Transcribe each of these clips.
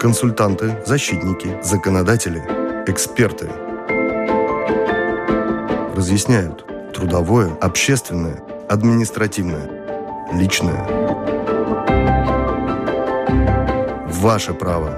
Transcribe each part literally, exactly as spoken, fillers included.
Консультанты, защитники, законодатели, эксперты. Разъясняют трудовое, общественное, административное, личное. Ваше право.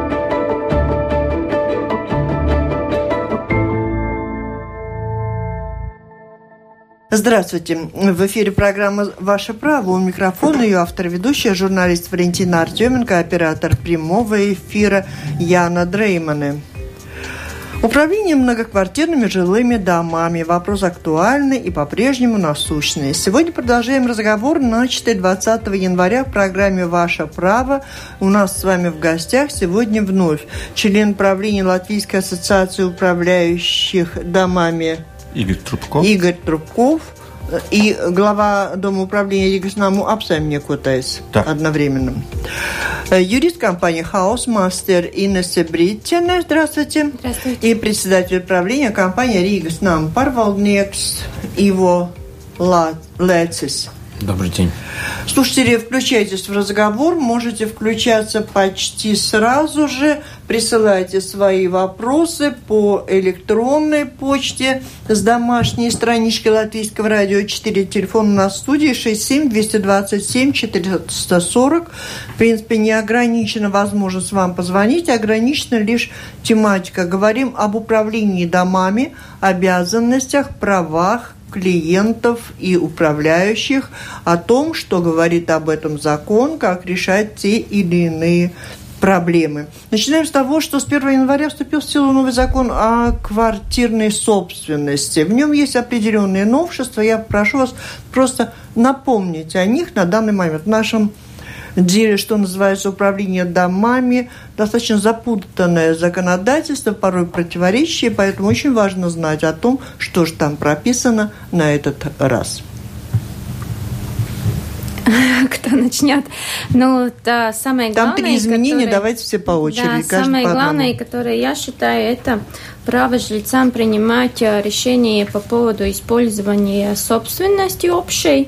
Здравствуйте. В эфире программа «Ваше право». У микрофона ее автор-ведущая, журналист Валентина Артеменко, оператор прямого эфира Яна Дреймане. Управление многоквартирными жилыми домами. Вопрос актуальный и по-прежнему насущный. Сегодня продолжаем разговор, начатый двадцатого января в программе «Ваше право». У нас с вами в гостях сегодня вновь член правления Латвийской ассоциации управляющих домами Игорь Трубков. Игорь Трубков и глава Дома управления Рīgas namu apsaimniekotais да. одновременно. Юрист компании «Хаусмастер» Инесса Бритчене. Здравствуйте. Здравствуйте. И председатель правления компании Rīgas namu pārvaldnieks Иво Лецис. Добрый день. Слушатели, включайтесь в разговор, можете включаться почти сразу же. Присылайте свои вопросы по электронной почте с домашней странички Латвийского радио четыре. Телефон у нас в студии шесть семь двести двадцать семь четыреста сорок. В принципе, не ограничена возможность вам позвонить, ограничена лишь тематика. Говорим об управлении домами, обязанностях, правах клиентов и управляющих, о том, что говорит об этом закон, как решать те или иные проблемы. Начинаем с того, что с первого января вступил в силу новый закон о квартирной собственности. В нем есть определенные новшества. Я прошу вас просто напомнить о них на данный момент. В нашем деле, что называется, управление домами, достаточно запутанное законодательство, порой противоречие, поэтому очень важно знать о том, что же там прописано на этот раз. Кто начнет? Ну, да, самое главное... Там три изменения, которые... давайте все по очереди. Да, самое главное, которое я считаю, это право жильцам принимать решения по поводу использования собственности общей.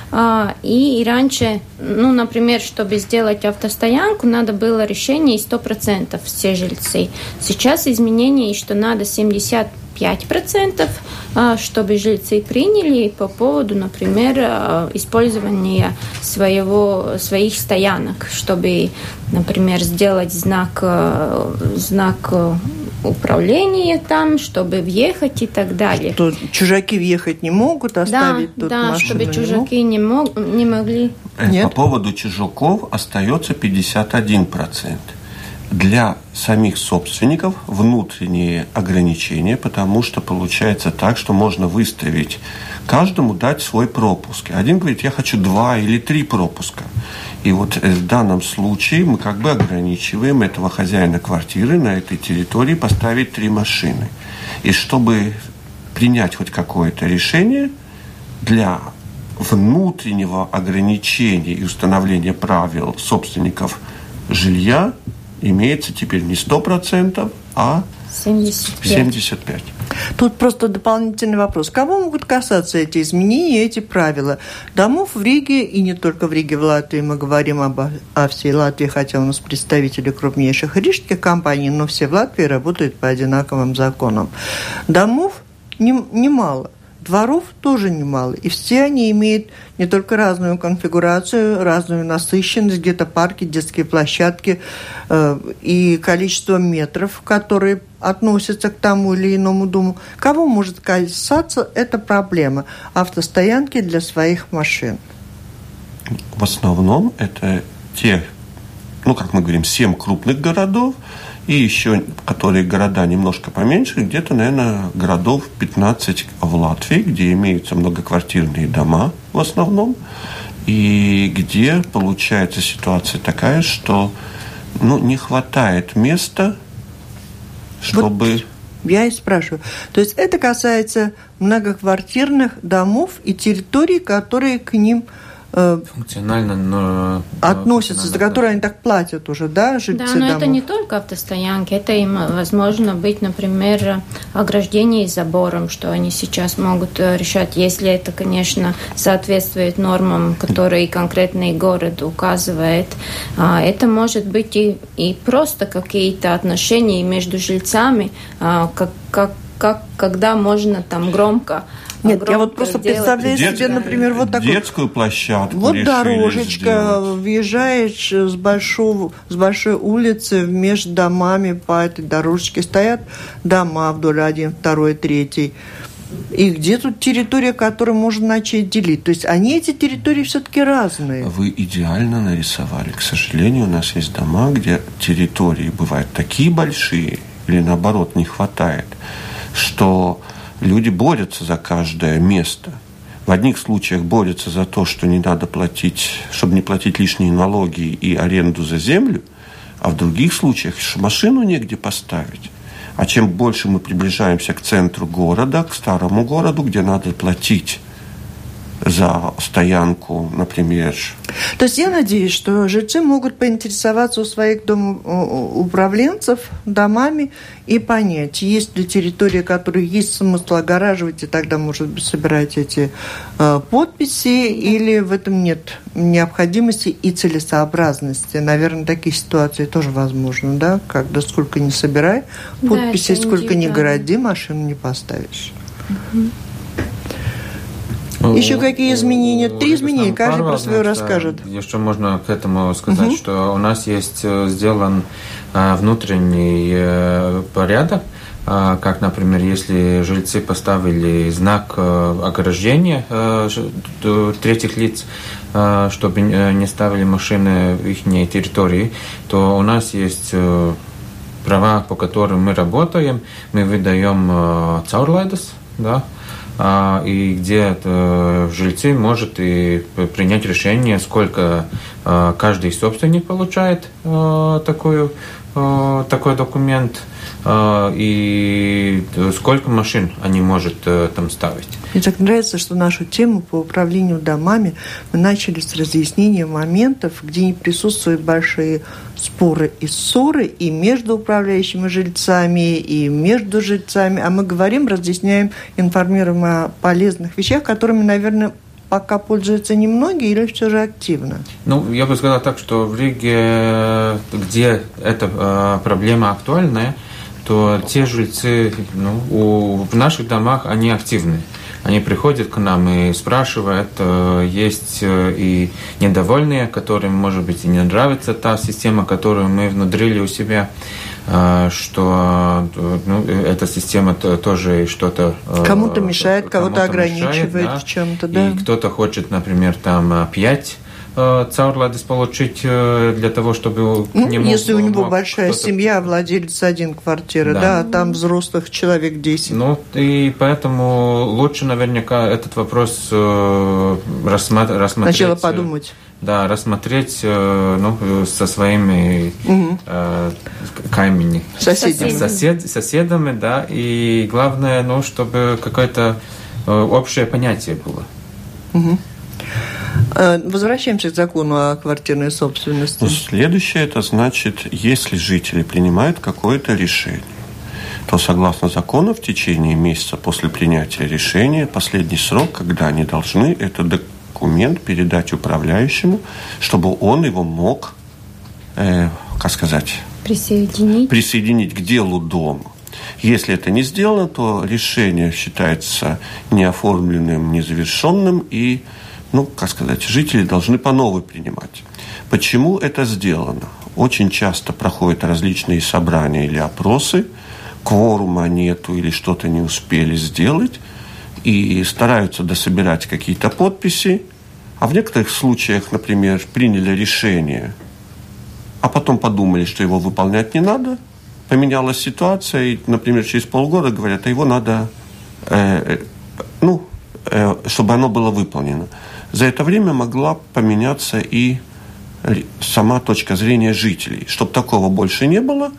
И раньше, ну, например, чтобы сделать автостоянку, надо было решение сто процентов все жильцы. Сейчас изменение, что надо семьдесят пять процентов, чтобы жильцы приняли по поводу, например, использования своего, своих стоянок, чтобы, например, сделать знак, знак управления там, чтобы въехать и так далее. Что чужаки въехать не могут, оставить да, тут да, машину чтобы чужаки не, мог, не могли. Нет? По поводу чужаков остается пятьдесят один процент. Для самих собственников внутренние ограничения, потому что получается так, что можно выставить каждому, дать свой пропуск. Один говорит, я хочу два или три пропуска. И вот в данном случае мы как бы ограничиваем этого хозяина квартиры на этой территории поставить три машины. И чтобы принять хоть какое-то решение для внутреннего ограничения и установления правил собственников жилья, имеется теперь не сто процентов, а семьдесят пять процентов. семьдесят пять процентов. Тут просто дополнительный вопрос. Кого могут касаться эти изменения, эти правила? Домов в Риге, и не только в Риге, в Латвии, мы говорим об, о всей Латвии, хотя у нас представители крупнейших рижских компаний, но все в Латвии работают по одинаковым законам. Домов немало. Дворов тоже немало, и все они имеют не только разную конфигурацию, разную насыщенность, где-то парки, детские площадки э, и количество метров, которые относятся к тому или иному дому. Кого может касаться эта проблема? Автостоянки для своих машин. В основном это те, ну, как мы говорим, семь крупных городов, и еще, которые города немножко поменьше, где-то, наверное, городов пятнадцать в Латвии, где имеются многоквартирные дома в основном, и где получается ситуация такая, что ну, не хватает места, чтобы... Вот я и спрашиваю. То есть это касается многоквартирных домов и территорий, которые к ним функционально, но относятся, за которые они так платят уже, да, жильцы Да, но домов? это не только автостоянки, это им возможно быть, например, ограждение забором, что они сейчас могут решать, если это, конечно, соответствует нормам, которые конкретный город указывает. Это может быть и, и просто какие-то отношения между жильцами, как, как, как, когда можно там громко. Нет, я вот просто представляю Дет... себе, например, вот такую... Детскую площадку Вот дорожечка, сделать. въезжаешь с, большого, с большой улицы, между домами по этой дорожечке стоят дома вдоль один, второй, третий. И где тут территория, которую можно начать делить? То есть они, эти территории, все-таки разные. Вы идеально нарисовали. К сожалению, у нас есть дома, где территории бывают такие большие, или наоборот, не хватает, что люди борются за каждое место. В одних случаях борются за то, что не надо платить, чтобы не платить лишние налоги и аренду за землю, а в других случаях машину негде поставить. А чем больше мы приближаемся к центру города, к старому городу, где надо платить за стоянку, например. То есть я надеюсь, что жильцы могут поинтересоваться у своих домоуправленцев домами и понять, есть ли территория, которую есть смысл огораживать, и тогда, может быть, собирать эти э, подписи, или в этом нет необходимости и целесообразности. Наверное, такие ситуации тоже возможны, да? Когда сколько не собирай подписи, да, сколько не городи, машину не поставишь. Угу. Еще какие изменения? Три изменения, каждый про свое расскажет. Еще можно к этому сказать, угу. что у нас есть сделан внутренний порядок, как, например, если жильцы поставили знак ограждения третьих лиц, чтобы не ставили машины в их территории, то у нас есть права, по которым мы работаем. Мы выдаем caurlaides, да, и где жильцы может и принять решение, сколько каждый собственник получает такую, такой документ и сколько машин они могут там ставить. Мне так нравится, что нашу тему по управлению домами мы начали с разъяснения моментов, где не присутствуют большие споры и ссоры и между управляющими жильцами, и между жильцами. А мы говорим, разъясняем, информируем о полезных вещах, которыми, наверное, пока пользуются немногие или все же активно? Ну, я бы сказал так, что в Риге, где эта э, проблема актуальная, то те жильцы, ну, у, в наших домах, они активны. Они приходят к нам и спрашивают, есть и недовольные, которым, может быть, и не нравится та система, которую мы внедрили у себя, что ну, эта система тоже что-то... Кому-то мешает, кому-то, кому-то ограничивает мешает, да? в чем-то, да. И кто-то хочет, например, там пять caurlaides получить для того, чтобы... Ну, если у него большая семья, владелец один квартиры, да. да, а там взрослых человек десять. Ну, и поэтому лучше, наверняка, этот вопрос рассмотреть. Сначала подумать. Да, рассмотреть ну, со своими угу. э, камнями. Соседями. Сосед, соседами, да, и главное, ну, чтобы какое-то общее понятие было. Угу. Возвращаемся к закону о квартирной собственности. Ну, следующее, это значит, если жители принимают какое-то решение, то согласно закону в течение месяца после принятия решения, последний срок, когда они должны этот документ передать управляющему, чтобы он его мог, э, как сказать, присоединить. присоединить к делу дома. Если это не сделано, то решение считается неоформленным, незавершенным и, ну, как сказать, жители должны по новой принимать. Почему это сделано? Очень часто проходят различные собрания или опросы, кворума нету или что-то не успели сделать, и стараются дособирать какие-то подписи, а в некоторых случаях, например, приняли решение, а потом подумали, что его выполнять не надо, поменялась ситуация, и, например, через полгода говорят, а его надо, э, ну, э, чтобы оно было выполнено. За это время могла поменяться и сама точка зрения жителей. Чтобы такого больше не было,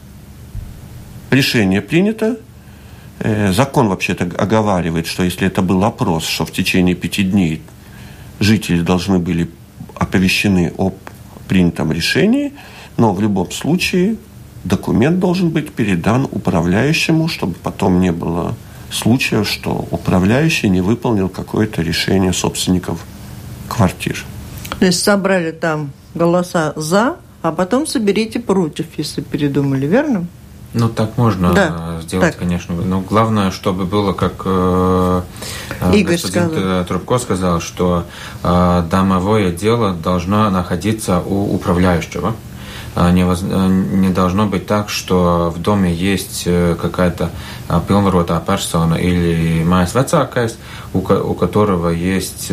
решение принято. Закон вообще-то оговаривает, что если это был опрос, что в течение пяти дней жители должны были оповещены о принятом решении, но в любом случае документ должен быть передан управляющему, чтобы потом не было случаев, что управляющий не выполнил какое-то решение собственников квартир. То есть собрали там голоса «за», а потом соберите против, если передумали, верно? Ну, так можно да, сделать, так. конечно. Но главное, чтобы было, как э, Игорь господин сказал. Трубко сказал, что э, домовое дело должно находиться у управляющего. Не, воз... не должно быть так, что в доме есть какая-то pilnvarotā persona или mājas vecākais, у, ко... у которого есть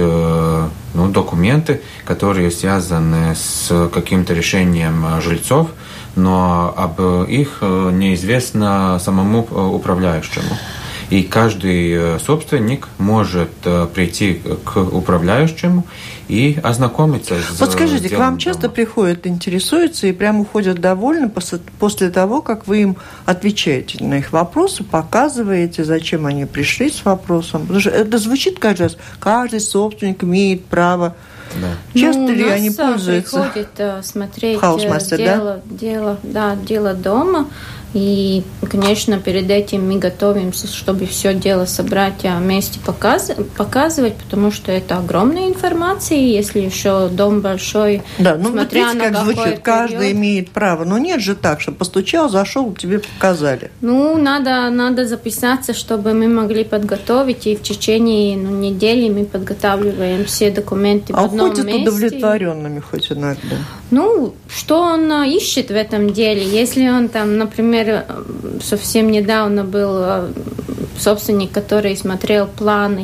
ну, документы, которые связаны с каким-то решением жильцов, но об их неизвестно самому управляющему. И каждый собственник может прийти к управляющему и ознакомиться с Вот скажите, к вам часто дома. приходят, интересуются и прямо уходят довольны после того, как вы им отвечаете на их вопросы, показываете, зачем они пришли с вопросом? Потому что это звучит каждый раз. Каждый собственник имеет право. Да. Часто ну, ли они пользуются? Приходят uh, смотреть Хаусмастер, дело, да? дело, да, дело дома. И, конечно, перед этим мы готовимся, чтобы все дело собрать вместе показ, показывать, потому что это огромная информация, и если еще дом большой, да, ну смотря вот видите, на как звучит, период, каждый имеет право. Но нет же так, что постучал, зашел, тебе показали. Ну, надо, надо записаться, чтобы мы могли подготовить, и в течение ну, недели мы подготавливаем все документы а в одном уходят месте. удовлетворенными хоть иногда. Ну, что он ищет в этом деле? Если он там, например, совсем недавно был собственник, который смотрел планы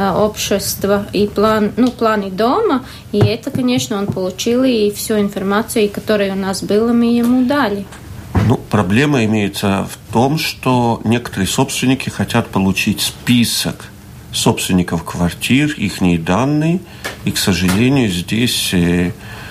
общества и план, ну, планы дома, и это, конечно, он получил, и всю информацию, которая у нас была, мы ему дали. Ну, проблема имеется в том, что некоторые собственники хотят получить список собственников квартир, их данные, и, к сожалению, здесь э,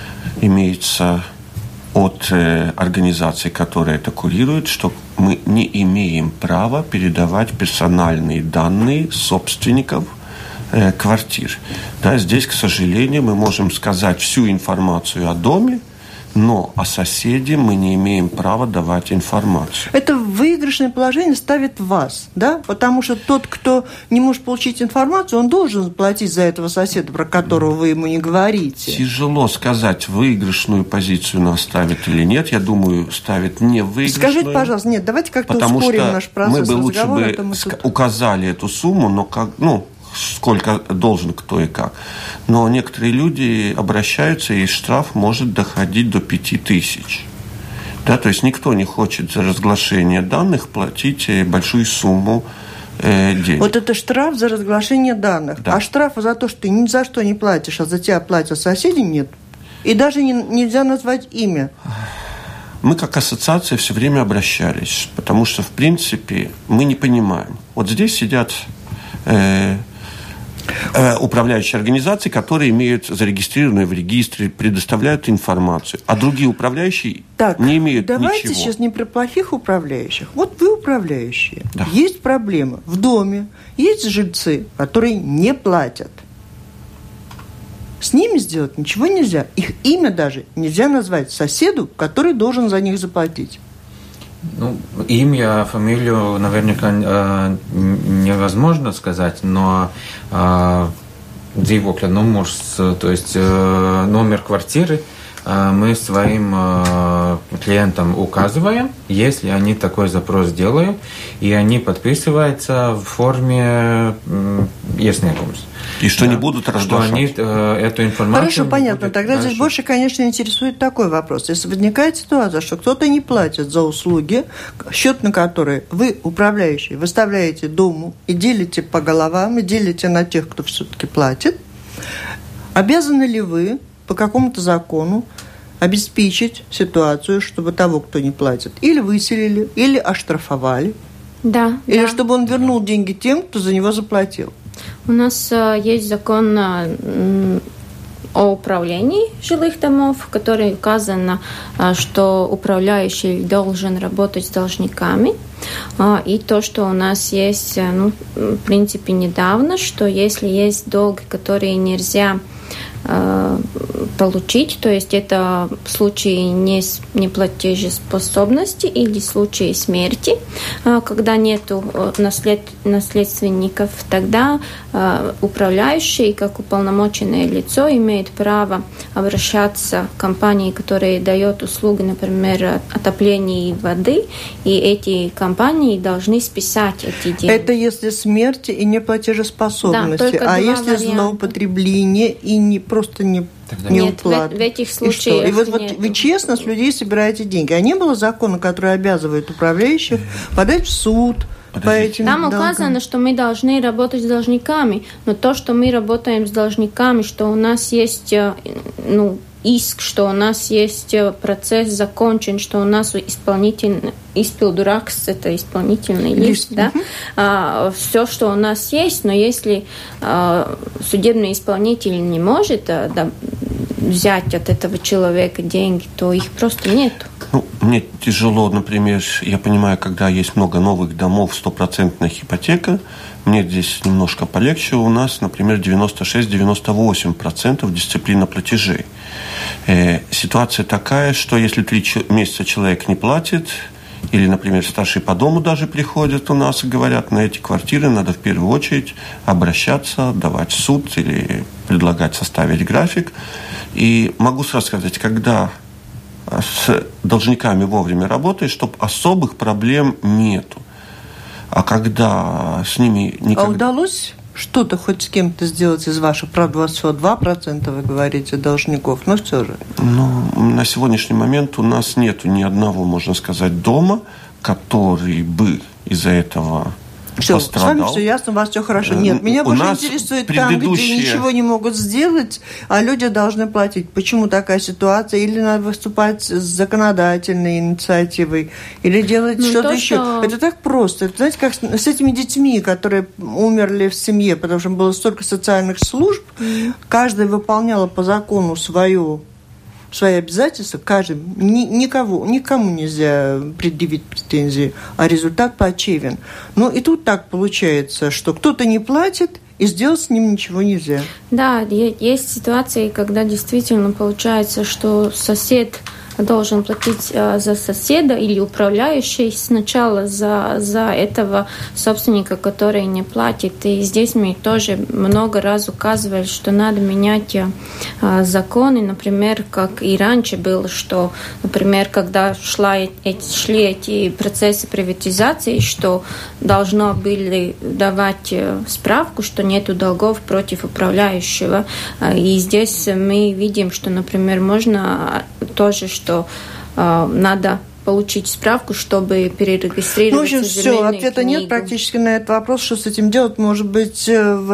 имеется от э, организации, которая это курирует, что мы не имеем права передавать персональные данные собственников э, квартир. Да, здесь, к сожалению, мы можем сказать всю информацию о доме, но о соседе мы не имеем права давать информацию. Это выигрышное положение ставит вас, да? Потому что тот, кто не может получить информацию, он должен платить за этого соседа, про которого вы ему не говорите. Тяжело сказать, выигрышную позицию нас ставит или нет. Я думаю, ставит не выигрышную. Скажите, пожалуйста, нет, давайте как-то потому ускорим что наш процесс мы бы лучше разговора. бы Мы тут... указали эту сумму, но как, ну, сколько должен кто и как. Но некоторые люди обращаются, и штраф может доходить до пяти тысяч. Да, то есть никто не хочет за разглашение данных платить большую сумму э, денег. Вот это штраф за разглашение данных. Да. А штрафа за то, что ты ни за что не платишь, а за тебя платят соседи, нет. И даже не, нельзя назвать имя. Мы как ассоциация все время обращались, потому что, в принципе, мы не понимаем. Вот здесь сидят... Э, управляющие организации, которые имеют зарегистрированные в регистре, предоставляют информацию, а другие управляющие так, не имеют давайте ничего. Давайте сейчас не про плохих управляющих. Вот вы управляющие. Да. Есть проблема в доме, есть жильцы, которые не платят. С ними сделать ничего нельзя. Их имя даже нельзя назвать соседу, который должен за них заплатить. Ну, имя, фамилию наверняка невозможно сказать, но dzīvokļa numurs, то есть номер квартиры, мы своим клиентам указываем, если они такой запрос делают, и они подписываются в форме iesniegums. И что да, не будут разглашать. Что они эту информацию... Хорошо, понятно. Тогда дальше. Здесь больше, конечно, интересует такой вопрос. Если возникает ситуация, что кто-то не платит за услуги, счет на которые вы, управляющий, выставляете дому и делите по головам, и делите на тех, кто все-таки платит, обязаны ли вы по какому-то закону обеспечить ситуацию, чтобы того, кто не платит, или выселили, или оштрафовали, да, или да. чтобы он вернул деньги тем, кто за него заплатил? У нас э, есть закон э, о управлении жилых домов, в котором указано, э, что управляющий должен работать с должниками. Э, и то, что у нас есть, э, ну, в принципе, недавно, что если есть долг, который нельзя получить, то есть это в случае неплатежеспособности или в случае смерти, когда нету наслед, наследственников, тогда управляющий, как уполномоченное лицо, имеет право обращаться к компании, которая дает услуги, например, отопления и воды, и эти компании должны списать эти деньги. Это если смерть и неплатежеспособности, да, а если варианта. Злоупотребление и не просто не не Нет, уплат. в, в этих случаях и, и вот, вот нет. вы честно с людей собираете деньги. А не было закона, который обязывает управляющих подать в суд по этим Там долгам? указано, что мы должны работать с должниками, но то, что мы работаем с должниками, что у нас есть, ну, иск, что у нас есть процесс закончен, что у нас исполнительный испилдуракс, это исполнительный лист, да, uh-huh. а, все, что у нас есть, но если а, судебный исполнитель не может а, да, взять от этого человека деньги, то их просто нет. Ну, мне тяжело, например, я понимаю, когда есть много новых домов, стопроцентная ипотека, мне здесь немножко полегче, у нас, например, девяносто шесть - девяносто восемь процентов дисциплина платежей. Э, ситуация такая, что если три месяца человек не платит, или, например, старшие по дому даже приходят у нас и говорят, на эти квартиры надо в первую очередь обращаться, давать в суд или предлагать составить график. И могу сразу сказать, когда с должниками вовремя работаешь, чтобы особых проблем нету. А когда с ними никогда... А удалось что-то хоть с кем-то сделать из ваших, правда, у вас всего два процента, вы говорите, должников, но все же. Ну, на сегодняшний момент у нас нету ни одного, можно сказать, дома, который бы из-за этого все, пострадал. с вами все ясно, у вас все хорошо. Нет, меня больше интересует там, где ничего не могут сделать, а люди должны платить. Почему такая ситуация? Или надо выступать с законодательной инициативой, или делать ну, что-то то, еще. Что... Это так просто. Это, знаете, как с этими детьми, которые умерли в семье, потому что было столько социальных служб, mm. каждая выполняла по закону свою свои обязательства, каждый, ни, никого, никому нельзя предъявить претензии, а результат плачевен. Ну и тут так получается, что кто-то не платит, и сделать с ним ничего нельзя. Да, есть ситуации, когда действительно получается, что сосед должен платить за соседа или управляющий сначала за, за этого собственника, который не платит. И здесь мы тоже много раз указывали, что надо менять а, законы, например, как и раньше было, что, например, когда шла, эти, шли эти процессы приватизации, что должно были давать справку, что нету долгов против управляющего. И здесь мы видим, что, например, можно тоже, что э, надо получить справку, чтобы перерегистрировать ну, в общем, все, ответа книгу. Нет практически на этот вопрос, что с этим делать. Может быть,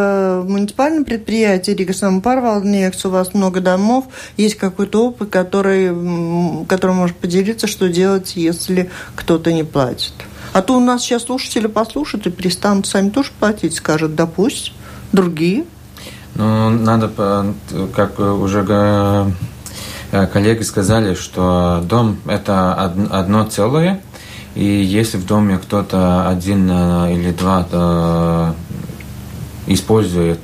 в муниципальном предприятии Рига Самопарвалдниекс у вас много домов, есть какой-то опыт, который, который может поделиться, что делать, если кто-то не платит. А то у нас сейчас слушатели послушают и перестанут сами тоже платить, скажут, да пусть, другие. Ну, надо, как уже коллеги сказали, что дом – это одно целое, и если в доме кто-то один или два использует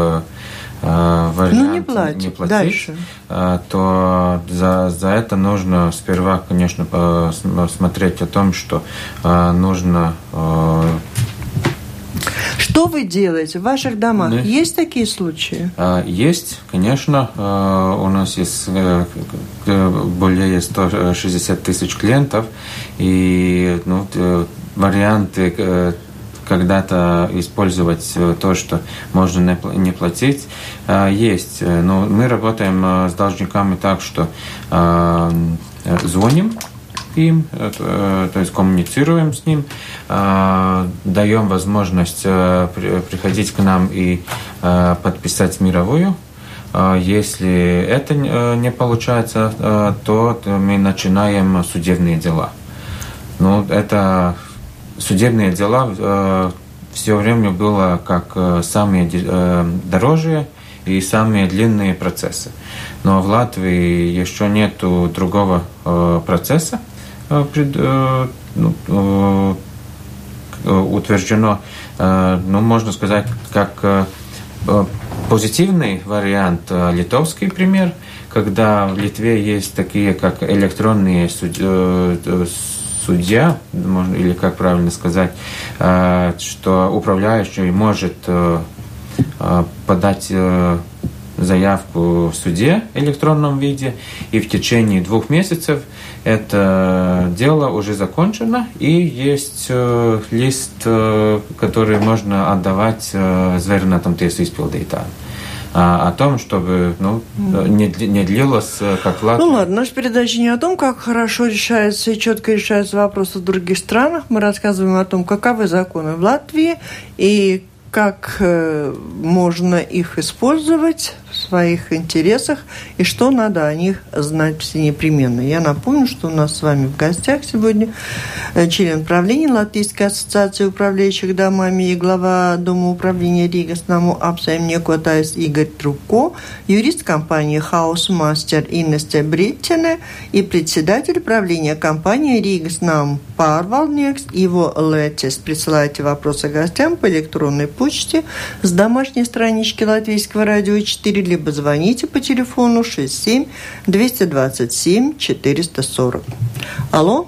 вариант ну, не платит, не платить, дальше. то за, за это нужно сперва, конечно, посмотреть о том, что нужно... Что вы делаете в ваших домах? Да. Есть такие случаи? Есть, конечно. У нас есть более ста шестидесяти тысяч клиентов. И ну, варианты когда-то использовать то, что можно не платить, есть. Но мы работаем с должниками так, что звоним им, то есть коммуницируем с ним, даем возможность приходить к нам и подписать мировую. Если это не получается, то мы начинаем судебные дела. Ну, это судебные дела все время было как самые дорогие и самые длинные процессы. Но в Латвии еще нет другого процесса, ну, утверждено, ну, можно сказать, как позитивный вариант, литовский пример, когда в Литве есть такие, как электронные судьи, судья, или как правильно сказать, что управляющий может подать заявку в суде в электронном виде, и в течение двух месяцев это дело уже закончено, и есть лист, который можно отдавать Zvērinājuma tiesas izpildītājam. О том, чтобы ну, не, не длилось, как Латвия. Ну ладно, наша передача не о том, как хорошо решаются и четко решаются вопросы в других странах. Мы рассказываем о том, каковы законы в Латвии и как э, можно их использовать в своих интересах и что надо о них знать все непременно. Я напомню, что у нас с вами в гостях сегодня член правления Латвийской ассоциации управляющих домами и глава Дома управления Рīgas namu apsaimniekotājs Игорь Трубко, юрист компании House Master Инесте Бритчене и председатель правления компании Rīgas namu pārvaldnieks Иво Летис. Присылайте вопросы гостям по электронной почте с домашней странички Латвийского радио четыре, либо звоните по телефону шесть семь двести двадцать семь четыреста сорок. Алло?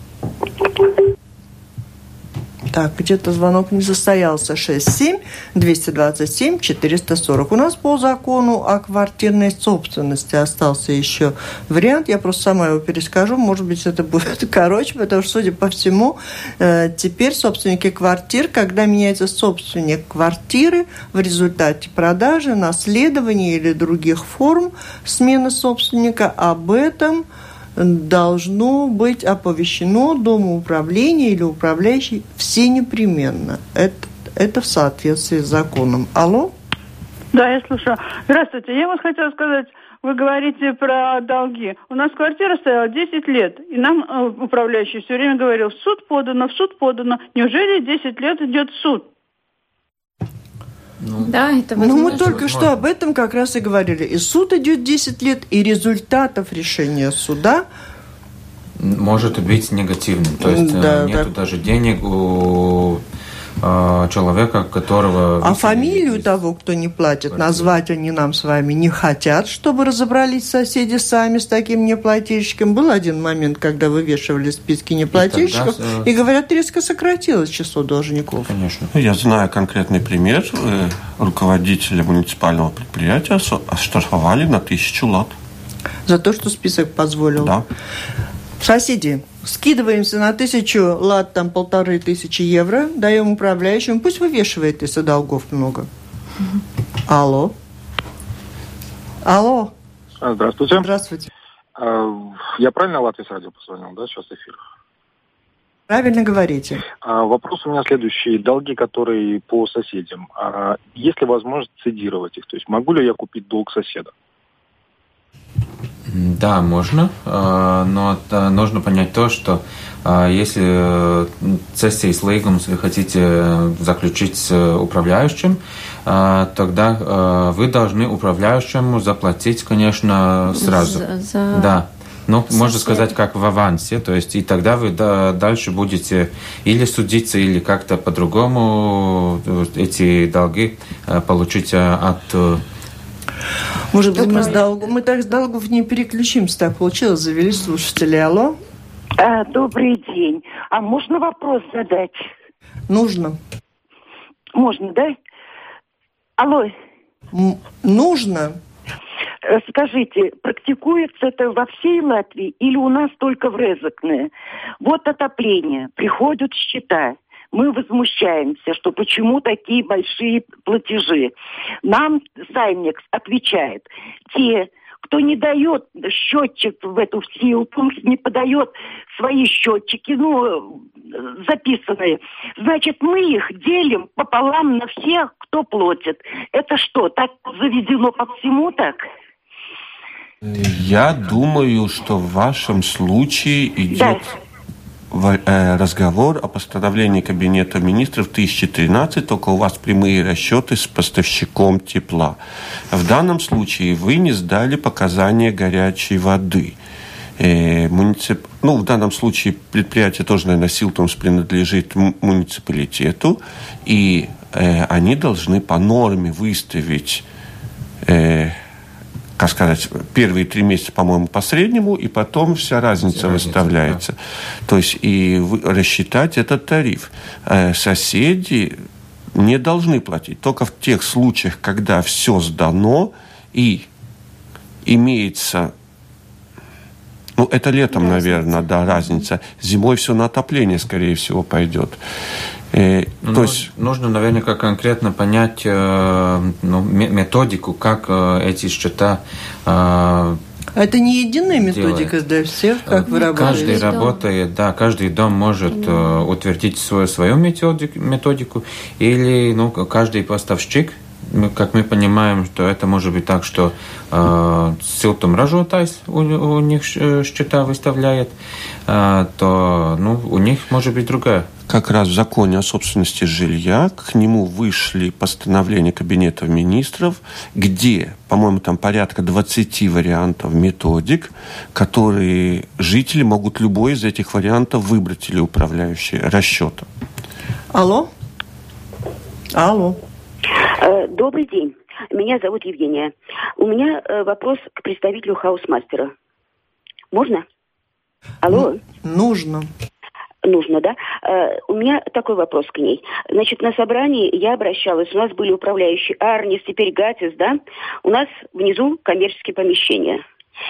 Так, где-то звонок не состоялся. шесть семь двести двадцать семь четыреста сорок. У нас по закону о квартирной собственности остался еще вариант. Я просто сама его перескажу. Может быть, это будет короче, потому что, судя по всему, теперь собственники квартир, когда меняется собственник квартиры в результате продажи, наследования или других форм смены собственника, об этом должно быть оповещено Дому управления или управляющий все непременно. Это, это в соответствии с законом. Алло? Да, я слушаю. Здравствуйте. Я вас хотела сказать, вы говорите про долги. У нас квартира стояла десять лет, и нам э, управляющий все время говорил, в суд подано, в суд подано. Неужели десять лет идет суд? Ну, да, это ну, мы только что об этом как раз и говорили. И суд идет десять лет, и результатов решения суда может быть негативным. То есть да, нету да. даже денег у человека, которого... А фамилию есть. Того, кто не платит, Квартира. Назвать они нам с вами не хотят, чтобы разобрались соседи сами с таким неплательщиком. Был один момент, когда вывешивали списки неплательщиков, и, тогда... и говорят, резко сократилось число должников. Конечно. Я знаю конкретный пример. Руководителя муниципального предприятия оштрафовали на тысячу лат. За то, что список позволил? Да. Соседи, скидываемся на тысячу лат, там полторы тысячи евро, даем управляющему, пусть вывешивает, если долгов много. Алло. Алло. Здравствуйте. Здравствуйте. Я правильно Латвийс радио позвонил, да, сейчас эфир? Правильно говорите. Вопрос у меня следующий. Долги, которые по соседям. Есть ли возможность цедировать их? То есть могу ли я купить долг соседа? Да, можно, но нужно понять то, что если цессijas līgums вы хотите заключить с управляющим, тогда вы должны управляющему заплатить, конечно, сразу. За, за... Да. Ну, Совсем. Можно сказать, как в авансе, то есть и тогда вы дальше будете или судиться, или как-то по-другому эти долги получить от... Может быть, мы, с долг... мы так с долгов не переключимся. Так получилось, завели слушатели. Алло? А, добрый день. А можно вопрос задать? Нужно. Можно, да? Алло? М- нужно. Скажите, практикуется это во всей Латвии или у нас только в Резекне? Вот отопление, приходят счета. Мы возмущаемся, что почему такие большие платежи. Нам Саймекс отвечает, те, кто не дает счетчик в эту силу, не подает свои счетчики, ну, записанные, значит, мы их делим пополам на всех, кто платит. Это что, так заведено по всему так? Я думаю, что в вашем случае идет... Да. разговор о постановлении Кабинета министров тысяча тринадцать, только у вас прямые расчеты с поставщиком тепла. В данном случае вы не сдали показания горячей воды. Э, муницип... Ну, в данном случае предприятие тоже, наверное, Силтумс принадлежит муниципалитету, и э, они должны по норме выставить э, как сказать, первые три месяца, по-моему, по среднему, и потом вся разница вся выставляется. Разница, да. То есть и рассчитать этот тариф. Э, соседи не должны платить. Только в тех случаях, когда все сдано и имеется... Ну, это летом, разница. наверное, да, разница. Зимой все на отопление, скорее всего, пойдет. Э, ну, то есть... Нужно, наверное, конкретно понять э, ну, методику, как э, эти счета... Э, Это не единая методика делает. Для всех, как вы работаете? Каждый работает, да, каждый дом может э, утвердить свою, свою методику, методику, или ну, каждый поставщик, мы, как мы понимаем, что это может быть так, что э, силтумražotājs у, у них счета выставляет, э, то ну, у них может быть другая. Как раз в законе о собственности жилья к нему вышли постановления Кабинета министров, где, по-моему, там порядка двадцать вариантов методик, которые жители могут любой из этих вариантов выбрать или управляющие расчета. Алло? Алло. Добрый день. Меня зовут Евгения. У меня вопрос к представителю хаусмастера. Можно? Алло? Нужно. Нужно, да? Uh, у меня такой вопрос к ней. Значит, на собрании я обращалась, у нас были управляющие Арнис, теперь Гатис, да? У нас внизу коммерческие помещения.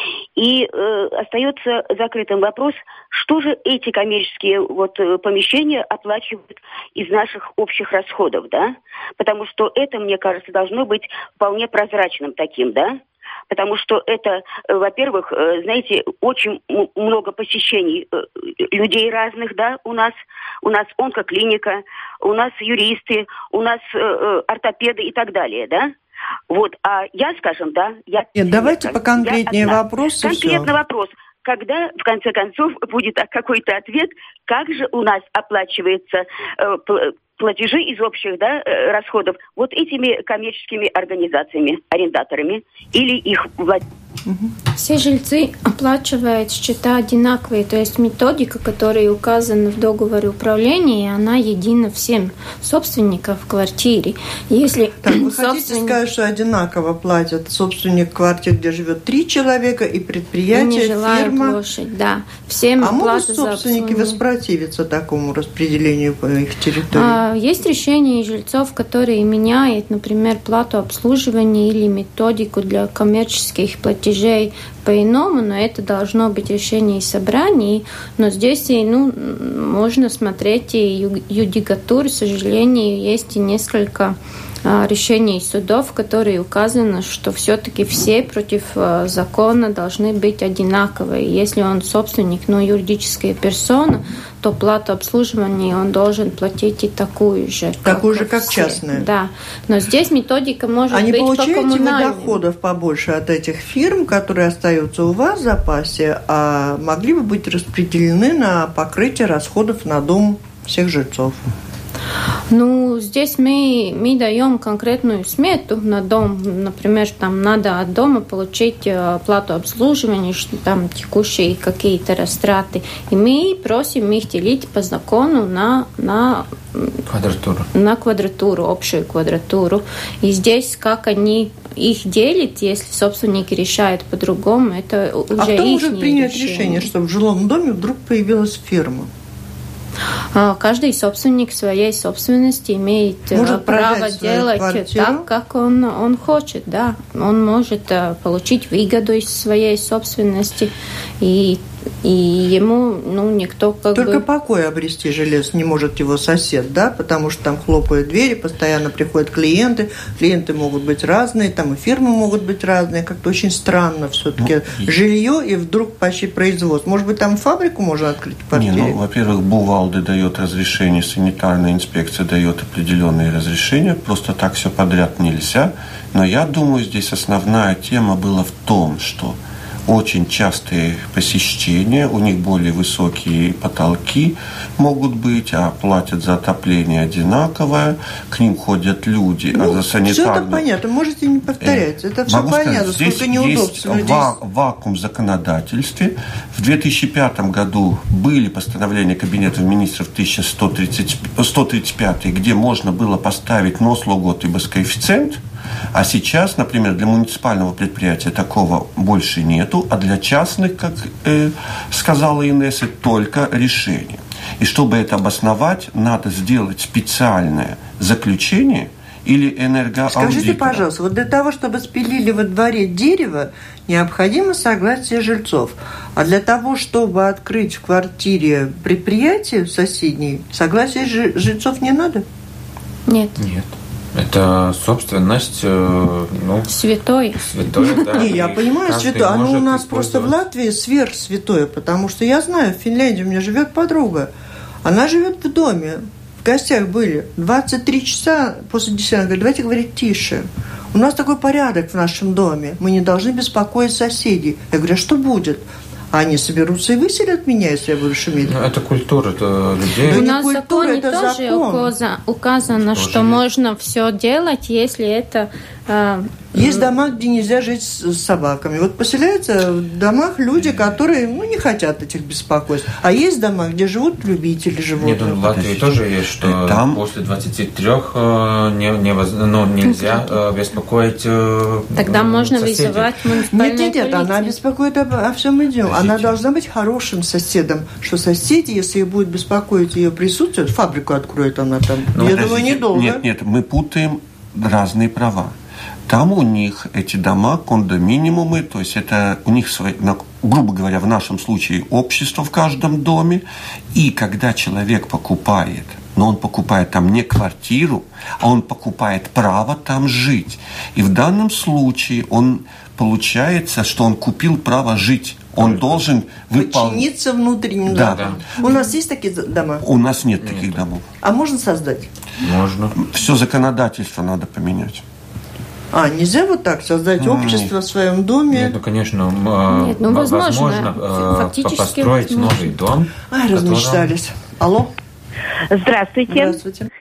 И э, остается закрытым вопрос, что же эти коммерческие вот, помещения оплачивают из наших общих расходов, да? Потому что это, мне кажется, должно быть вполне прозрачным таким, да? Потому что это, во-первых, знаете, очень много посещений людей разных, да, у нас. У нас онкоклиника, у нас юристы, у нас ортопеды и так далее, да. Вот, а я, скажем, да, я... Нет, давайте поконкретнее вопросы. Конкретный вопрос. Когда, в конце концов, будет какой-то ответ, как же у нас оплачивается платежи из общих, да, расходов вот этими коммерческими организациями, арендаторами или их владельцами? Все жильцы оплачивают счета одинаковые, то есть методика, которая указана в договоре управления, она едина всем собственникам в квартире. Если так, вы собственник... хотите сказать, что одинаково платят собственник квартиры, где живет три человека, и предприятие, фирма? Площадь, да. Всем а могут собственники воспротивиться такому распределению по их территории? А, есть решения жильцов, которые меняют, например, плату обслуживания или методику для коммерческих платежей по-иному, но это должно быть решение собраний. Но здесь ну, можно смотреть и юдикатуру. К сожалению, есть и несколько решений судов, которые указано, что все-таки все против закона должны быть одинаковые. Если он собственник, но юридическая персона, то плату обслуживания он должен платить и такую же. Такую же, как все. Частная. Да. Но здесь методика может а быть по коммунальным. А не получаете вы доходов побольше от этих фирм, которые остаются у вас в запасе, а могли бы быть распределены на покрытие расходов на дом всех жильцов? Ну, здесь мы, мы даем конкретную смету на дом. Например, там надо от дома получить плату обслуживания, что там текущие какие-то растраты. И мы просим их делить по закону на, на, квадратуру. на квадратуру, общую квадратуру. И здесь, как они их делят, если собственники решают по-другому, это уже их решение. А кто может принять решение, что в жилом доме вдруг появилась фирма? Каждый собственник своей собственности имеет может право делать квартиру? Так, как он, он хочет. Да. Он может получить выгоду из своей собственности, и, и ему ну, никто как Только бы... покой обрести желез не может его сосед, да, потому что там хлопают двери, постоянно приходят клиенты, клиенты могут быть разные, там и фирмы могут быть разные, как-то очень странно все-таки ну, жилье и вдруг почти производство. Может быть, там фабрику можно открыть в квартире? Не, ну, во-первых, Бувалда дает разрешение, санитарная инспекция дает определенные разрешения, просто так все подряд нельзя. Но я думаю, здесь основная тема была в том, что очень частые посещения, у них более высокие потолки могут быть, а платят за отопление одинаковое, к ним ходят люди, ну, а за санитарную... Все это понятно, можете не повторять, это все Могу понятно, сказать, сколько неудобств. Здесь есть ва- вакуум в законодательстве. В две тысячи пятом году были постановления Кабинета министров тысяча сто тридцать, сто тридцать пять, где можно было поставить нослугот и коэффициент, А сейчас, например, для муниципального предприятия такого больше нету, а для частных, как э, сказала Инесса, только решение. И чтобы это обосновать, надо сделать специальное заключение или энергоаудитора. Скажите, пожалуйста, вот для того, чтобы спилили во дворе дерево, необходимо согласие жильцов. А для того, чтобы открыть в квартире предприятие соседней, согласия жильцов не надо? Нет. Нет. Это собственность, ну... Святой. Святой, да. Не, я понимаю, святой. Оно у нас просто в Латвии сверхсвятое, потому что я знаю, в Финляндии у меня живет подруга. Она живет в доме. В гостях были. двадцать три часа после десяти. Говорит, давайте говорить тише. У нас такой порядок в нашем доме. Мы не должны беспокоить соседей. Я говорю, а что будет? Они соберутся и выселят меня, если я буду шуметь. Ну, это культура, это людей. У нас в культура, законе тоже закон. указано, что, что можно все делать, если это... Э, Есть дома, где нельзя жить с собаками. Вот поселяются в домах люди, которые ну, не хотят этих беспокойств. А есть дома, где живут любители животных. Нет, в Латвии тоже есть, что там... после двадцати трёх не, не, ну, нельзя э, беспокоить э, Тогда можно соседей. Вызывать муниципальную Нет, нет, нет, полицию. она беспокоит о, о всем идем. Она должна быть хорошим соседом. Что соседи, если будет беспокоить ее присутствие, фабрику откроет она там. Ну, я думаю, недолго. Нет, нет, мы путаем разные права. Там у них эти дома, кондоминиумы, то есть это у них, свои, грубо говоря, в нашем случае общество в каждом доме. И когда человек покупает, но он покупает там не квартиру, а он покупает право там жить. И в данном случае он получается, что он купил право жить. Он должен выполнять... Подчиниться внутренним да. домам. Да. У нас есть такие дома? У нас нет, нет таких нет. домов. А можно создать? Можно. Все законодательство надо поменять. А, нельзя вот так создать ну, общество нет. в своем доме? Нет, ну, конечно, нет, ну, возможно, возможно построить возможно. новый дом. Ай, которым... размечтались. Алло? Здравствуйте. Здравствуйте.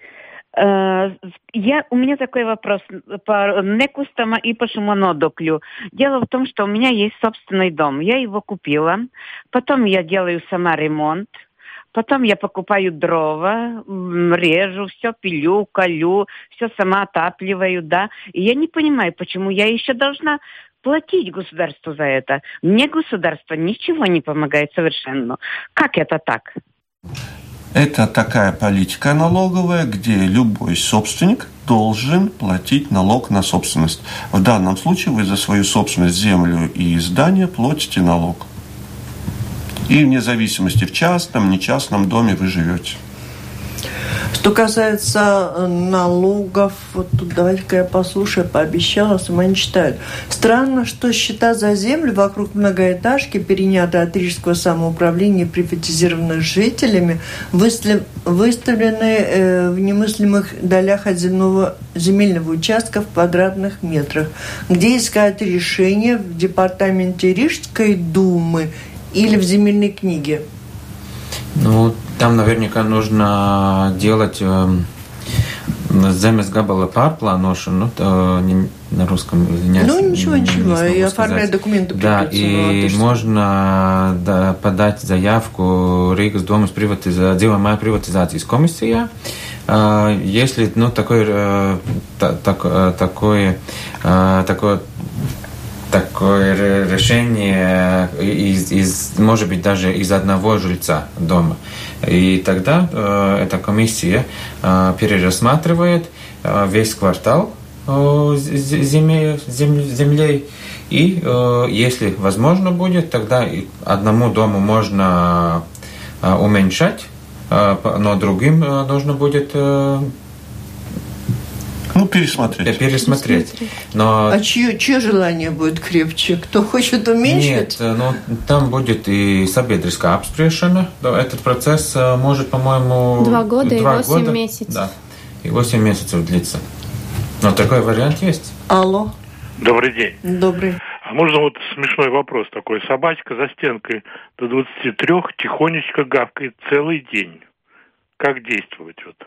Я, у меня такой вопрос по некустама и по шумонодоклю. Дело в том, что у меня есть собственный дом. Я его купила. Потом я делаю сама ремонт. Потом я покупаю дрова, режу, все пилю, колю, все сама отапливаю, да. И я не понимаю, почему я еще должна платить государству за это. Мне государство ничего не помогает совершенно. Как это так? Это такая политика налоговая, где любой собственник должен платить налог на собственность. В данном случае вы за свою собственность, землю и здание платите налог. И вне зависимости, в частном, нечастном доме вы живете. Что касается налогов, вот тут давайте-ка я послушаю, пообещала, сама не читаю. Странно, что счета за землю вокруг многоэтажки, перенятые от Рижского самоуправления и приватизированных жителями, выставлены э, в немыслимых долях от земного, земельного участка в квадратных метрах. Где искать решение? В департаменте Рижской думы или в земельной книге? Ну, там наверняка нужно делать э, земес габала pārplānošanu, ну, не, на русском, извиняюсь. Ну, ничего, не, ничего, не и оформлять документы. Да, и можно да, подать заявку Рīgas domas приватизā... dzīvojamā приватизācijas комиссия. Э, если, ну, такое, та, так, такое, такое такое решение, из, из, может быть, даже из одного жильца дома. И тогда э, эта комиссия э, перерассматривает э, весь квартал э, земли, землей. И э, если возможно будет, тогда одному дому можно э, уменьшать, э, но другим э, нужно будет... Э, Ну, пересмотреть. Пересмотреть. Но... А чье, чье желание будет крепче? Кто хочет уменьшить? Нет, ну, там будет и sabiedriskā apspriešana. Этот процесс может, по-моему... Два года два и восемь года, месяцев. Да, и восемь месяцев длится. Но такой вариант есть. Алло. Добрый день. Добрый. А можно вот смешной вопрос такой? Собачка за стенкой до двадцати трёх тихонечко гавкает целый день. Как действовать вот?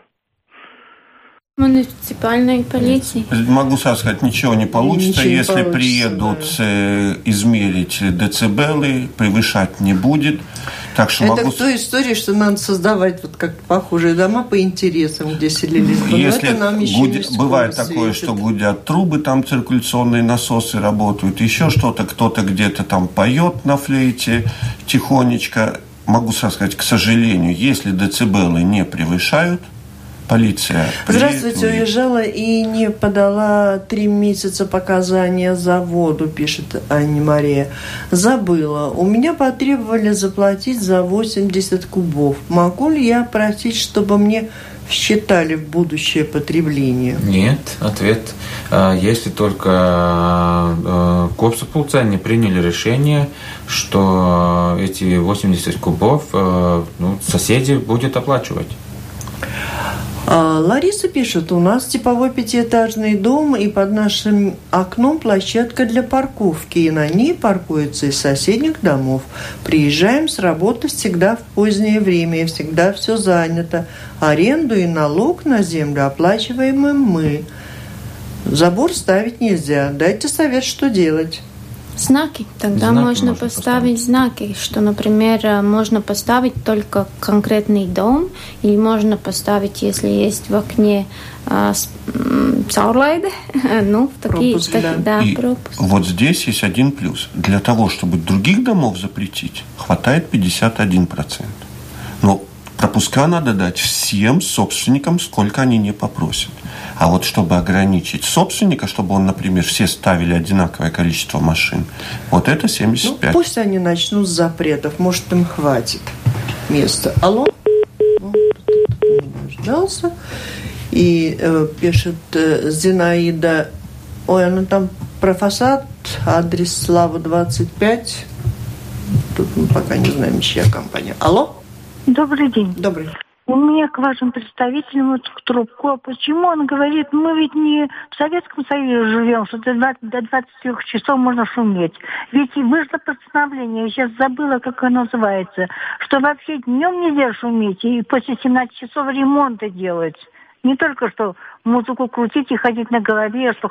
Муниципальной полиции. Могу сразу сказать, ничего не получится. Ничего Если не получится, приедут да. э, измерить децибелы, превышать не будет. Так что это могу... в той истории, что надо создавать вот как похожие дома по интересам, где селились. Но Если это нам еще гуд... не бывает светит. такое, что гудят трубы, там циркуляционные насосы работают, еще что-то, кто-то где-то там поет на флейте тихонечко. Могу сказать, к сожалению, если децибелы не превышают, полиция... Здравствуйте, приедет, уезжала и не подала три месяца показания за воду, пишет Анна Мария. Забыла. У меня потребовали заплатить за восемьдесят кубов. Могу ли я просить, чтобы мне считали в будущее потребление? Нет, ответ. Если только Копсапулца не приняли решение, что эти восемьдесят кубов ну, соседи будут оплачивать. Лариса пишет, у нас типовой пятиэтажный дом, и под нашим окном площадка для парковки, и на ней паркуются из соседних домов. Приезжаем с работы всегда в позднее время, и всегда все занято. Аренду и налог на землю оплачиваем мы. Забор ставить нельзя. Дайте совет, что делать. Знаки. Тогда знаки можно, можно поставить, поставить знаки, что, например, можно поставить только конкретный дом, или можно поставить, если есть в окне caurlaide, ну, такие, пропуск, так, да. да, И пропуск. вот здесь есть один плюс. Для того, чтобы других домов запретить, хватает пятьдесят один процент. Но пропуска надо дать всем собственникам, сколько они не попросят. А вот чтобы ограничить собственника, чтобы он, например, все ставили одинаковое количество машин, вот это семьдесят пять. Ну, пусть они начнут с запретов, может, им хватит места. Алло? Ждался. И э, пишет э, Зинаида, ой, она там про фасад, адрес Слава двадцать пять. Тут мы пока не знаем, чья компания. Алло? Добрый день. Добрый. У меня к вашим представителям вот к трубку. А почему он говорит, мы ведь не в Советском Союзе живем, что до двадцати трёх часов можно шуметь. Ведь вышло постановление, я сейчас забыла, как оно называется, что вообще днем нельзя шуметь и после семнадцати часов ремонты делать. Не только что музыку крутить и ходить на голове, а что...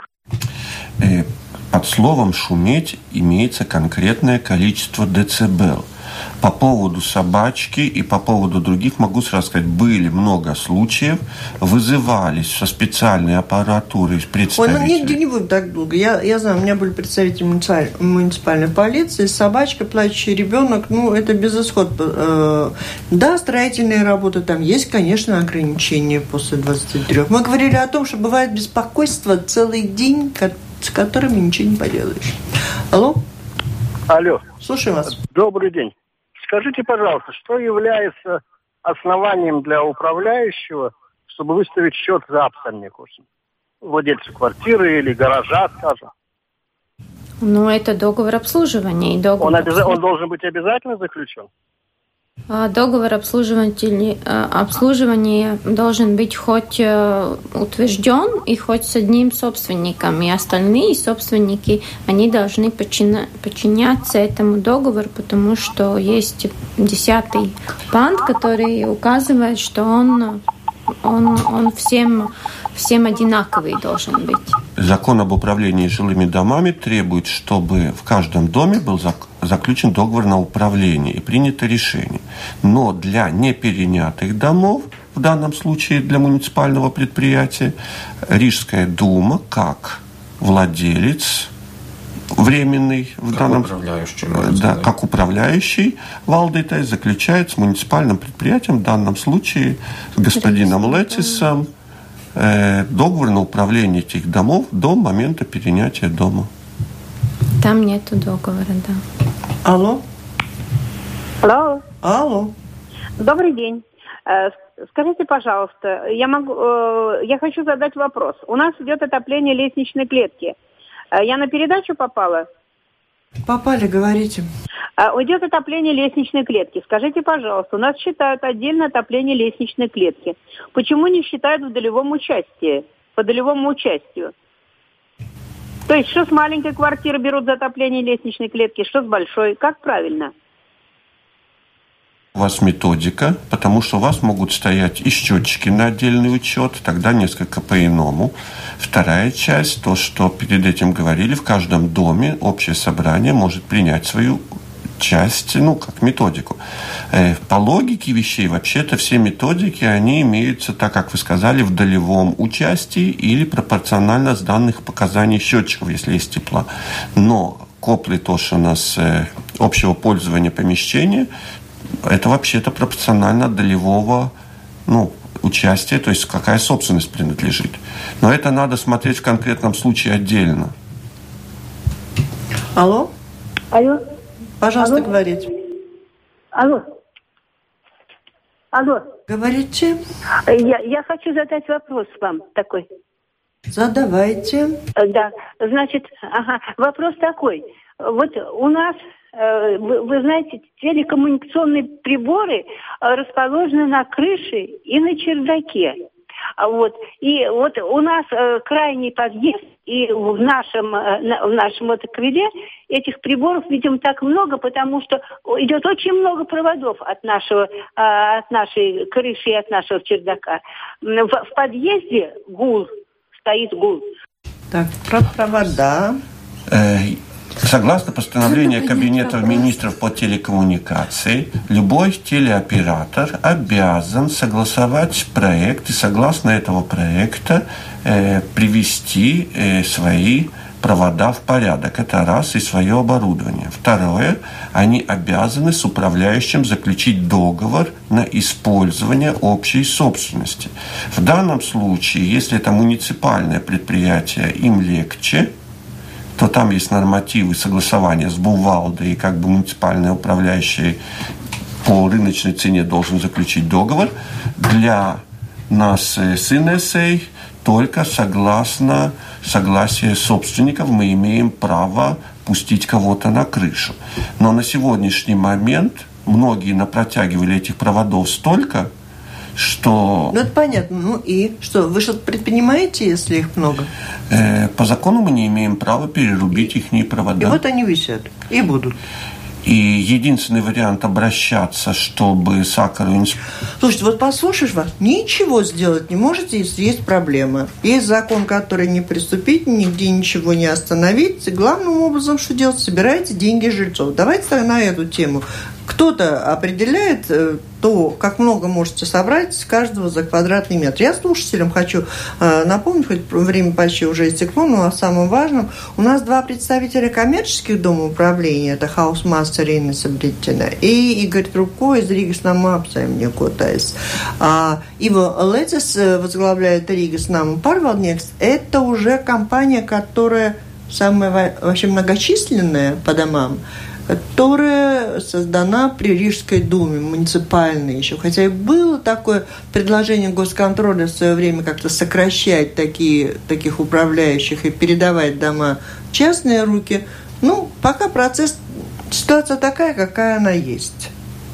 Под словом «шуметь» имеется конкретное количество децибел. По поводу собачки и по поводу других могу сразу сказать, были много случаев, вызывались со специальной аппаратурой представители. Ой, ну не, не будем так долго. Я, я знаю, у меня были представители муниципаль, муниципальной полиции, собачка, плачущий ребенок, ну, это безысход. Да, строительные работы, там есть, конечно, ограничения после двадцати трёх. Мы говорили о том, что бывает беспокойство целый день, с которыми ничего не поделаешь. Алло? Алло. Слушаю вас. Добрый день. Скажите, пожалуйста, что является основанием для управляющего, чтобы выставить счет за абсольнику? Владельцу квартиры или гаража, скажем? Ну, это договор обслуживания. И договор Он, обяз... обслуж... он должен быть обязательно заключен? Договор обслуживания должен быть хоть утвержден и хоть с одним собственником. И остальные собственники, они должны подчиняться этому договору, потому что есть десятый пункт, который указывает, что он, он, он всем, всем одинаковый должен быть. Закон об управлении жилыми домами требует, чтобы в каждом доме был заключен договор на управление и принято решение. Но для неперенятых домов, в данном случае для муниципального предприятия, Рижская дума, как владелец временный, в как данном, управляющий, да, как управляющий Валдитай, заключает с муниципальным предприятием, в данном случае с господином Летисом, договор на управление этих домов до момента перенятия дома. Там нету договора, да. Алло? Алло. Алло. Добрый день. Скажите, пожалуйста, я могу, я хочу задать вопрос. У нас идет отопление лестничной клетки. Я на передачу попала? Попали, говорите. Идет отопление лестничной клетки. Скажите, пожалуйста, у нас считают отдельно отопление лестничной клетки. Почему не считают в долевом участии, по долевому участию? То есть, что с маленькой квартиры берут за отопление лестничной клетки, что с большой? Как правильно? У вас методика, потому что у вас могут стоять и счетчики на отдельный учет, тогда несколько по-иному. Вторая часть, то, что перед этим говорили, в каждом доме общее собрание может принять свою часть, ну, как методику. По логике вещей, вообще-то все методики, они имеются, так как вы сказали, в долевом участии или пропорционально с данных показаний счетчиков, если есть тепла. Но копли то, что у нас общего пользования помещения, это вообще-то пропорционально долевого, ну, участия, то есть какая собственность принадлежит. Но это надо смотреть в конкретном случае отдельно. Алло? Алло? Пожалуйста, Алло? говорите. Алло? Алло? Говорите. Я, я хочу задать вопрос вам такой. Задавайте. Да, значит, ага, вопрос такой. Вот у нас, вы, вы знаете, телекоммуникационные приборы расположены на крыше и на чердаке. Вот. И вот у нас крайний подъезд, и в нашем, в нашем вот крыле этих приборов, видимо, так много, потому что идет очень много проводов от, нашего, от нашей крыши и от нашего чердака. В, в подъезде гул, стоит гул. Так, про провода. Согласно постановлению Кабинета министров по телекоммуникации, любой телеоператор обязан согласовать проект и согласно этого проекта э, привести э, свои провода в порядок. Это раз, и свое оборудование. Второе, они обязаны с управляющим заключить договор на использование общей собственности. В данном случае, если это муниципальное предприятие, им легче, то там есть нормативы согласования с Бувалдой, и как бы муниципальный управляющий по рыночной цене должен заключить договор. Для нас с эн эс эй только согласно согласию собственников мы имеем право пустить кого-то на крышу. Но на сегодняшний момент многие напротягивали этих проводов столько, что... Ну, это понятно. Ну и что, вы что-то предпринимаете, если их много? Э, по закону мы не имеем права перерубить их провода. И вот они висят. И будут. И единственный вариант обращаться, чтобы сахару... Слушайте, вот послушаешь вас, ничего сделать не можете, если есть проблема. Есть закон, который не приступить, нигде ничего не остановить. И главным образом, что делать? Собираете деньги жильцов. Давайте тогда на эту тему. Кто-то определяет то, как много можете собрать с каждого за квадратный метр. Я слушателям хочу э, напомнить, хоть время почти уже истекло, но о самом важном. У нас два представителя коммерческих домоуправления, это Хаусмастер Инна Сабритина и Игорь Трубко из Ригас Нама Апсаймникотайс. А Иво Летис возглавляет Ригас Нама Парвалднекс. Это уже компания, которая самая вообще многочисленная по домам, которая создана при Рижской думе, муниципальной еще. Хотя и было такое предложение госконтроля в свое время как-то сокращать такие, таких управляющих и передавать дома в частные руки. Ну, пока процесс, ситуация такая, какая она есть.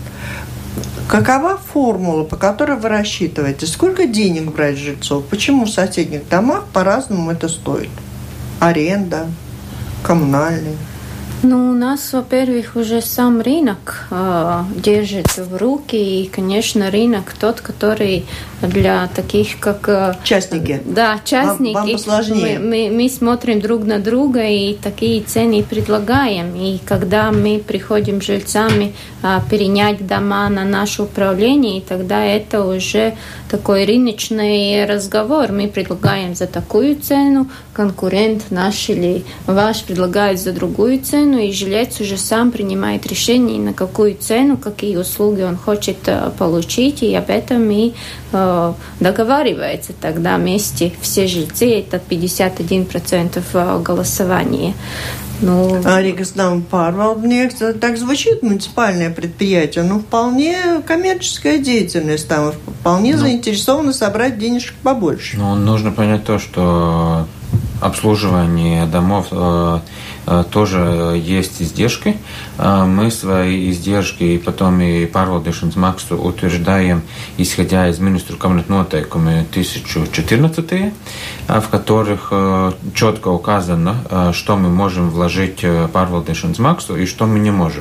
Какова формула, по которой вы рассчитываете? Сколько денег брать с жильцов? Почему в соседних домах по-разному это стоит? Аренда, коммунальные. Ну, у нас, во-первых, уже сам рынок э, держит в руки, и, конечно, рынок тот, который для таких, как... Э, частники. Да, частники. Вам, вам посложнее. Мы, мы, мы смотрим друг на друга и такие цены предлагаем. И когда мы приходим с жильцами э, перенять дома на наше управление, тогда это уже такой рыночный разговор. Мы предлагаем за такую цену, конкурент наш или ваш предлагает за другую цену, и жилец уже сам принимает решение, на какую цену, какие услуги он хочет получить, и об этом и э, договаривается тогда вместе все жильцы, это пятьдесят один процент голосования. Ну... А Ригас Нама Парвалднекс, так звучит муниципальное предприятие, но вполне коммерческая деятельность там, вполне ну, заинтересованы собрать денежек побольше. Ну, нужно понять то, что обслуживание домов э, э, тоже есть издержки. Э, мы свои издержки и потом и pārvaldīšanas maksu утверждаем, исходя из министра кабинета нотейками тысяча четырнадцатые, э, в которых э, четко указано, э, что мы можем вложить в pārvaldīšanas maksu и что мы не можем.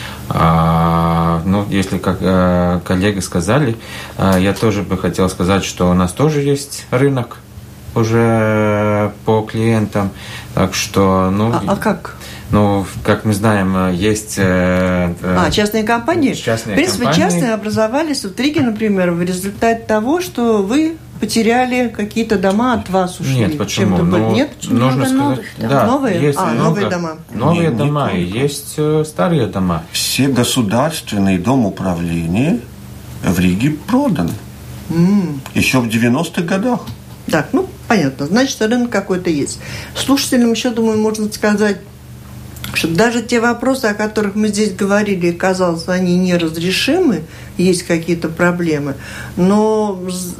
А, ну, если, как э, коллеги сказали, э, я тоже бы хотел сказать, что у нас тоже есть рынок уже по клиентам, так что, ну... А, а как? Ну, как мы знаем, есть... Э, а, частные компании? Частные в принципе, компании. частные образовались в Риге, например, в результате того, что вы потеряли какие-то дома, от вас ушли. Нет, почему? Ну, Нет? Нужно сказать, новых, да. да. Новые? Есть а, много, новые дома. Новые не, дома, не и есть э, старые дома. Все государственные дома управления в Риге проданы. Mm. Еще в девяностых годах. Так, ну, понятно. Значит, рынок какой-то есть. Слушателям еще, думаю, можно сказать, что даже те вопросы, о которых мы здесь говорили, казалось, они неразрешимы, есть какие-то проблемы, но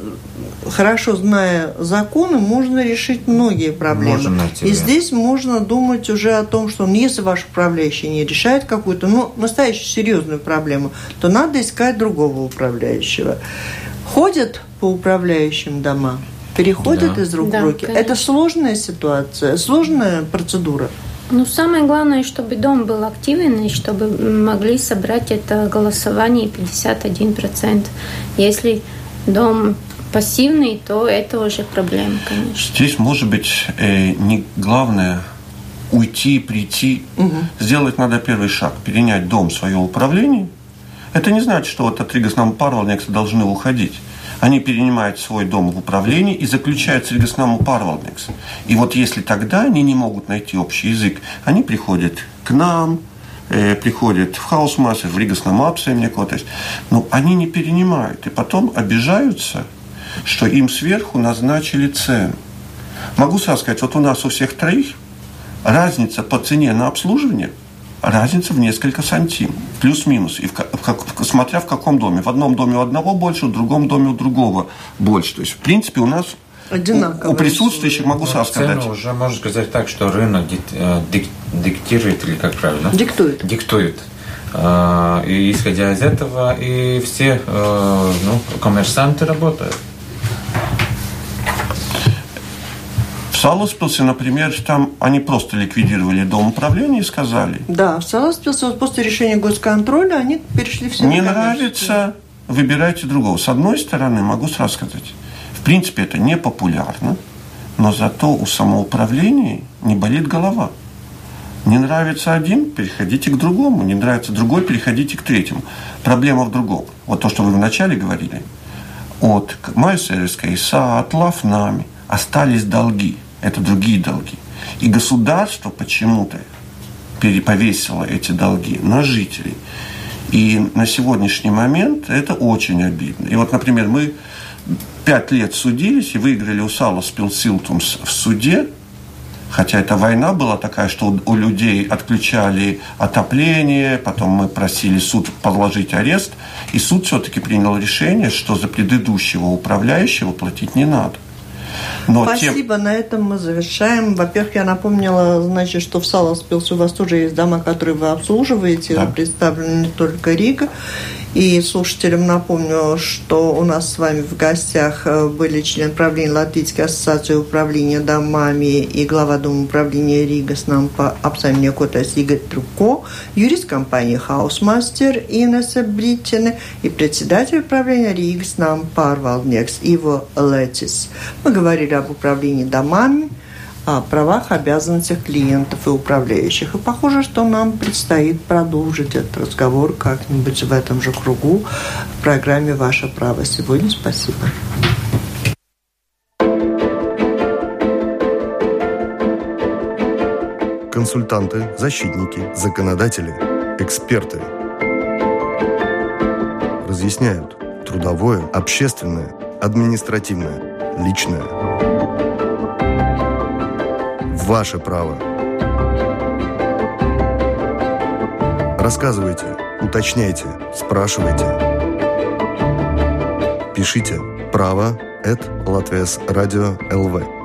хорошо зная законы, можно решить многие проблемы. найти, И да. здесь можно думать уже о том, что ну, если ваш управляющий не решает какую-то ну, настоящую серьезную проблему, то надо искать другого управляющего. Ходят по управляющим дома, переходят да. из рук да, в руки. конечно. Это сложная ситуация, сложная процедура. Ну, самое главное, чтобы дом был активен, и чтобы могли собрать это голосование пятьдесят один процент. Если дом пассивный, то это уже проблема, конечно. Здесь, может быть, э, не главное уйти, прийти. Угу. Сделать надо первый шаг, перенять дом в свое управление. Это не значит, что вот от Риgas nama pārvaldnieks должны уходить. Они перенимают свой дом в управлении и заключают с Риgas nama pārvaldnieks. И вот если тогда они не могут найти общий язык, они приходят к нам, э, приходят в Hausmasse, в Риgas nama apsaimnieko, то есть, ну, они не перенимают. И потом обижаются, что им сверху назначили цену. Могу сразу сказать, вот у нас у всех троих разница по цене на обслуживание – разница в несколько сантим, плюс-минус, и в, в, смотря в каком доме. В одном доме у одного больше, в другом доме у другого больше. То есть, в принципе, у нас у, у присутствующих, могу сразу сказать... Цену уже можно сказать так, что рынок дик, диктирует, или как правильно? Диктует. Диктует. И исходя из этого, и все ну, коммерсанты работают. В Salaspilsē, например, там они просто ликвидировали дом управления и сказали... Да, в Salaspilsē после решения госконтроля они перешли все не на нравится, выбирайте другого. С одной стороны, могу сразу сказать, в принципе, это не популярно, но зато у самоуправления не болит голова. Не нравится один, переходите к другому. Не нравится другой, переходите к третьему. Проблема в другом. Вот то, что вы вначале говорили. От Майсерской ИСА, от Лафнами остались долги. Это другие долги. И государство почему-то переповесило эти долги на жителей. И на сегодняшний момент это очень обидно. И вот, например, мы пять лет судились и выиграли у Salaspils в суде, хотя эта война была такая, что у людей отключали отопление, потом мы просили суд положить арест, и суд все-таки принял решение, что за предыдущего управляющего платить не надо. Но Спасибо, тем... на этом мы завершаем. Во-первых, я напомнила, значит, что в Salaspilsē у вас тоже есть дома, которые вы обслуживаете, да. Представлены не только Рига. И слушателям напомню, что у нас с вами в гостях были член правления Латвийской ассоциации управления домами и глава Дома управления Риgas nama apsaimnieko Игорь Труко, юрист компании Hausmaster Инесса Бритина и председатель управления Риgas nama pārvaldnieks Иво Летис. Мы говорили об управлении домами, о правах, обязанностях клиентов и управляющих. И похоже, что нам предстоит продолжить этот разговор как-нибудь в этом же кругу в программе «Ваше право». Сегодня спасибо. Консультанты, защитники, законодатели, эксперты разъясняют трудовое, общественное, административное, личное. Ваше право. Рассказывайте, уточняйте, спрашивайте. Пишите право эт латвийс радио эл ви.